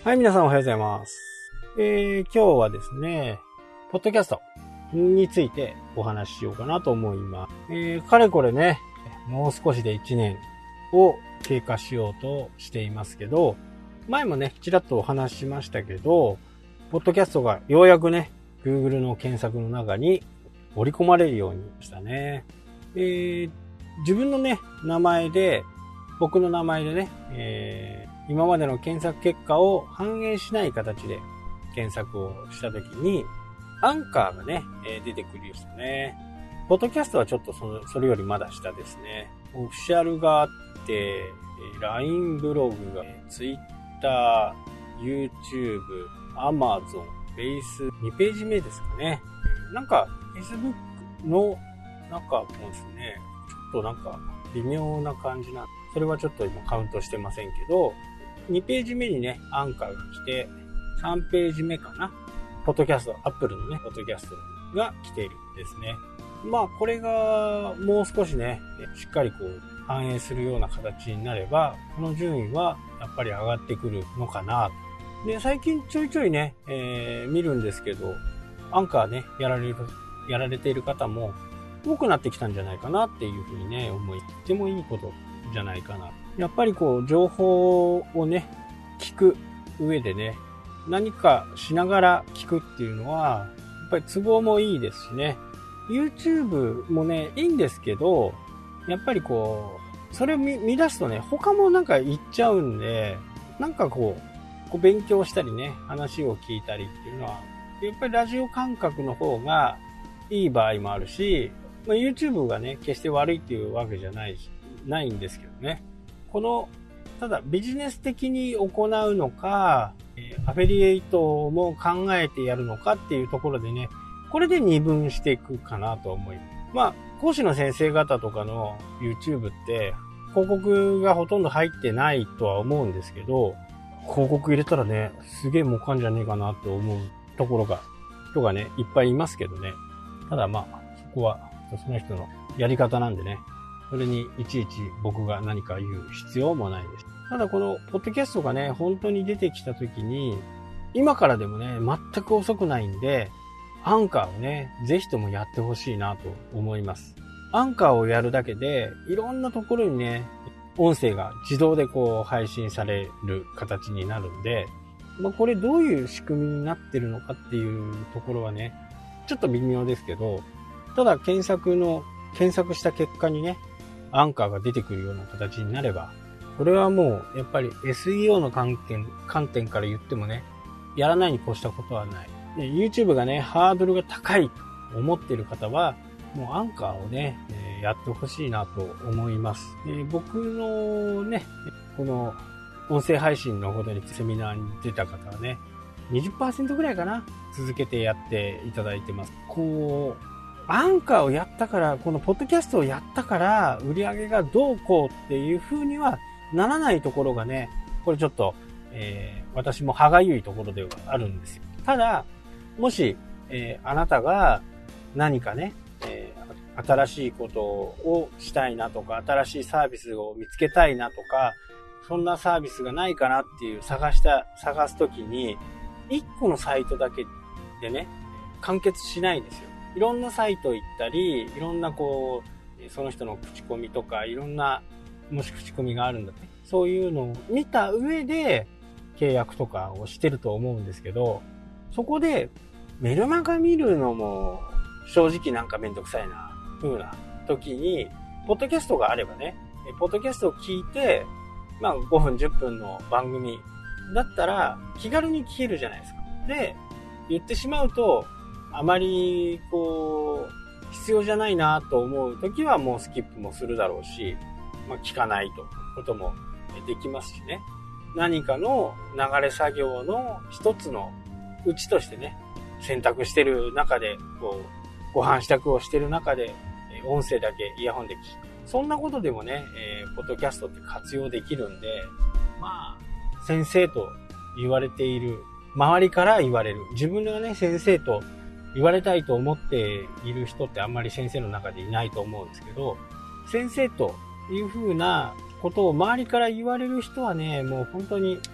はい、皆さんおはようございます。今日はですね、ポッドキャストについてお話ししようかなと思います。かれこれね、もう少しで1年を経過しようとしていますけど、前もね、ちらっとお話ししましたけど、ポッドキャストがようやくね、Google の検索の中に織り込まれるようにしたね。自分のね、名前で、僕の名前でね、今までの検索結果を反映しない形で検索をしたときに、アンカーがね、出てくるようですね。ポッドキャストはちょっとそれよりまだ下ですね。オフィシャルがあって、LINE ブログが、Twitter、YouTube、Amazon、Face、2ページ目ですかね。なんか、Facebook の、なんかもうですね、ちょっとなんか微妙な感じなんで、それはちょっと今カウントしてませんけど、2ページ目にね、アンカーが来て、3ページ目かな。ポッドキャスト、Apple のね、ポッドキャストが来ているんですね。まあ、これがもう少しね、しっかりこう、反映するような形になれば、この順位はやっぱり上がってくるのかな。で、最近ちょいちょいね、見るんですけど、アンカーね、やられている方も多くなってきたんじゃないかなっていうふうにね、思い、とてもいいことじゃないかな。やっぱりこう、情報をね、聞く上でね、何かしながら聞くっていうのは、やっぱり都合もいいですしね。YouTube もね、いいんですけど、やっぱりこう、それを見出すとね、他もなんか言っちゃうんで、なんかこう勉強したりね、話を聞いたりっていうのは、やっぱりラジオ感覚の方がいい場合もあるし、YouTube がね、決して悪いっていうわけじゃないんですけどね。ただビジネス的に行うのか、アフィリエイトも考えてやるのかっていうところでね、これで二分していくかなと思います。講師の先生方とかの YouTube って広告がほとんど入ってないとは思うんですけど、広告入れたらね、すげえ儲かんじゃねえかなと思う人がね、いっぱいいますけどね。ただそこはその人のやり方なんでね、それにいちいち僕が何か言う必要もないです。ただこのポッドキャストがね、本当に出てきた時に、今からでもね、全く遅くないんで、アンカーをね、ぜひともやってほしいなと思います。アンカーをやるだけで、いろんなところにね、音声が自動でこう配信される形になるんで、これどういう仕組みになってるのかっていうところはね、ちょっと微妙ですけど、ただ検索した結果にね、アンカーが出てくるような形になれば、これはもうやっぱり SEO の観点から言ってもね、やらないに越したことはない。で YouTube がね、ハードルが高いと思っている方は、もうアンカーをね、やってほしいなと思います。僕のね、この音声配信のほどにセミナーに出た方はね、20% ぐらいかな、続けてやっていただいてます。アンカーをやったから、このポッドキャストをやったから、売り上げがどうこうっていう風にはならないところがね、これちょっと、私も歯がゆいところではあるんですよ。ただ、もし、あなたが何かね、新しいことをしたいなとか、新しいサービスを見つけたいなとか、そんなサービスがないかなっていう探すときに、一個のサイトだけでね、完結しないんですよ。いろんなサイト行ったり、いろんなその人の口コミとか、いろんな、もし口コミがあるんだって、そういうのを見た上で契約とかをしてると思うんですけど、そこでメルマガ見るのも正直なんかめんどくさいな、風な時に、ポッドキャストがあればね、ポッドキャストを聞いて、5分10分の番組だったら気軽に聞けるじゃないですか。で、言ってしまうと、あまり必要じゃないなと思う時はもうスキップもするだろうし、聞かないということもできますしね。何かの流れ作業の一つのうちとしてね、洗濯してる中で、ご飯支度をしてる中で、音声だけイヤホンで聞く。そんなことでもね、ポッドキャストって活用できるんで、先生と言われている、周りから言われる、自分がね、先生と言われたいと思っている人ってあんまり先生の中でいないと思うんですけど、先生という風なことを周りから言われる人はね、もう本当に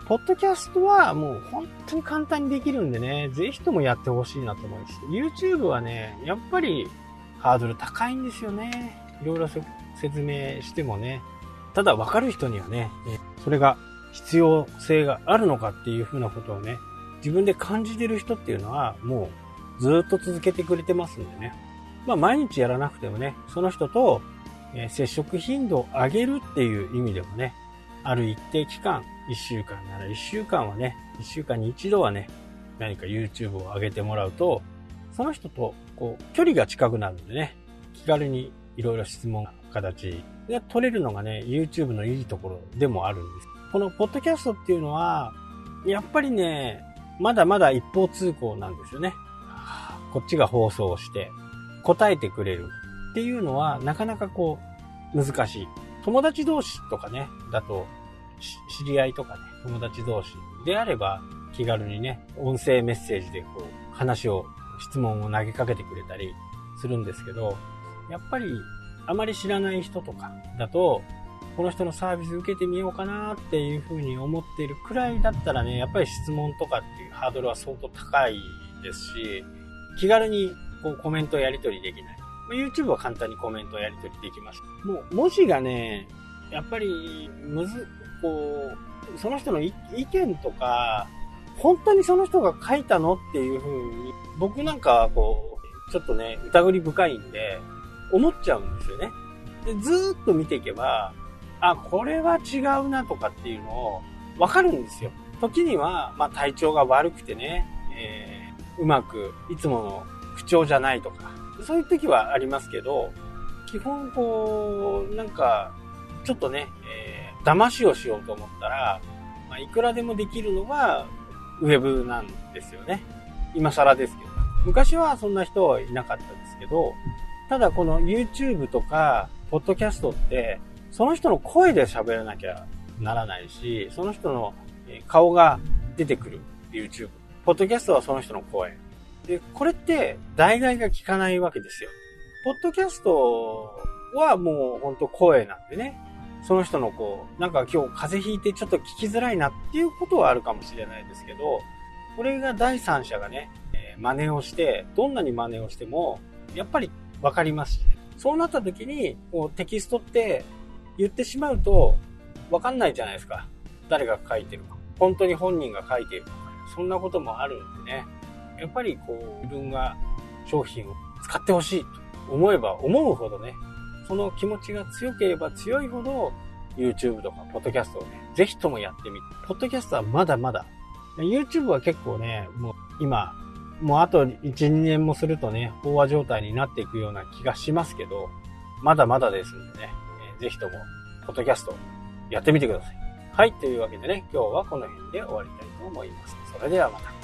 ポッドキャストはもう本当に簡単にできるんでね、ぜひともやってほしいなと思います。YouTube はね、やっぱりハードル高いんですよね。いろいろ説明してもね。ただ分かる人にはね、それが必要性があるのかっていうふうなことをね、自分で感じてる人っていうのはもうずっと続けてくれてますんでね。まあ毎日やらなくてもね、その人と接触頻度を上げるっていう意味でもね、ある一定期間、1週間なら1週間はね、1週間に一度はね、何か YouTube を上げてもらうと、その人とこう距離が近くなるんでね、気軽にいろいろ質問形で取れるのがね、YouTube のいいところでもあるんです。このポッドキャストっていうのは、やっぱりね、まだまだ一方通行なんですよね。こっちが放送して答えてくれるっていうのはなかなかこう難しい。友達同士とかね、だと知り合いとかね、友達同士であれば気軽にね、音声メッセージでこう話を、質問を投げかけてくれたりするんですけど、やっぱりあまり知らない人とかだと、この人のサービス受けてみようかなっていうふうに思っているくらいだったらね、やっぱり質問とかっていうハードルは相当高いですし、気軽にこうコメントやり取りできない。YouTube は簡単にコメントやり取りできます。もう文字がね、やっぱりこう、その人の意見とか、本当にその人が書いたのっていう風に、僕なんかはこう、ちょっとね、疑り深いんで、思っちゃうんですよね。で、ずーっと見ていけば、あ、これは違うなとかっていうのをわかるんですよ。時には、まあ体調が悪くてね、うまく、いつもの口調じゃないとか、そういう時はありますけど、基本こう、なんか、ちょっとね、騙しをしようと思ったら、まあ、いくらでもできるのが、ウェブなんですよね。今更ですけど。昔はそんな人はいなかったですけど、ただこの YouTube とか、ポッドキャストって、その人の声で喋らなきゃならないし、その人の顔が出てくる YouTube。ポッドキャストはその人の声。で、これって代替が効かないわけですよ。ポッドキャストはもうほんと声なんでね。その人のこう、なんか今日風邪ひいてちょっと聞きづらいなっていうことはあるかもしれないですけど、これが第三者がね、真似をして、どんなに真似をしても、やっぱりわかりますしね。そうなった時に、こうテキストって言ってしまうと、わかんないじゃないですか。誰が書いてるか。本当に本人が書いているとか、そんなこともあるんでね。やっぱりこう、自分が商品を使ってほしいと思えば思うほどね、その気持ちが強ければ強いほど YouTube とか Podcast をね、ぜひともやってみて。Podcast はまだまだ。YouTube は結構ね、もう今、もうあと1、2年もするとね、飽和状態になっていくような気がしますけど、まだまだですんでね、ぜひとも Podcast やってみてください。はい、というわけでね、今日はこの辺で終わりたいと思います。それではまた。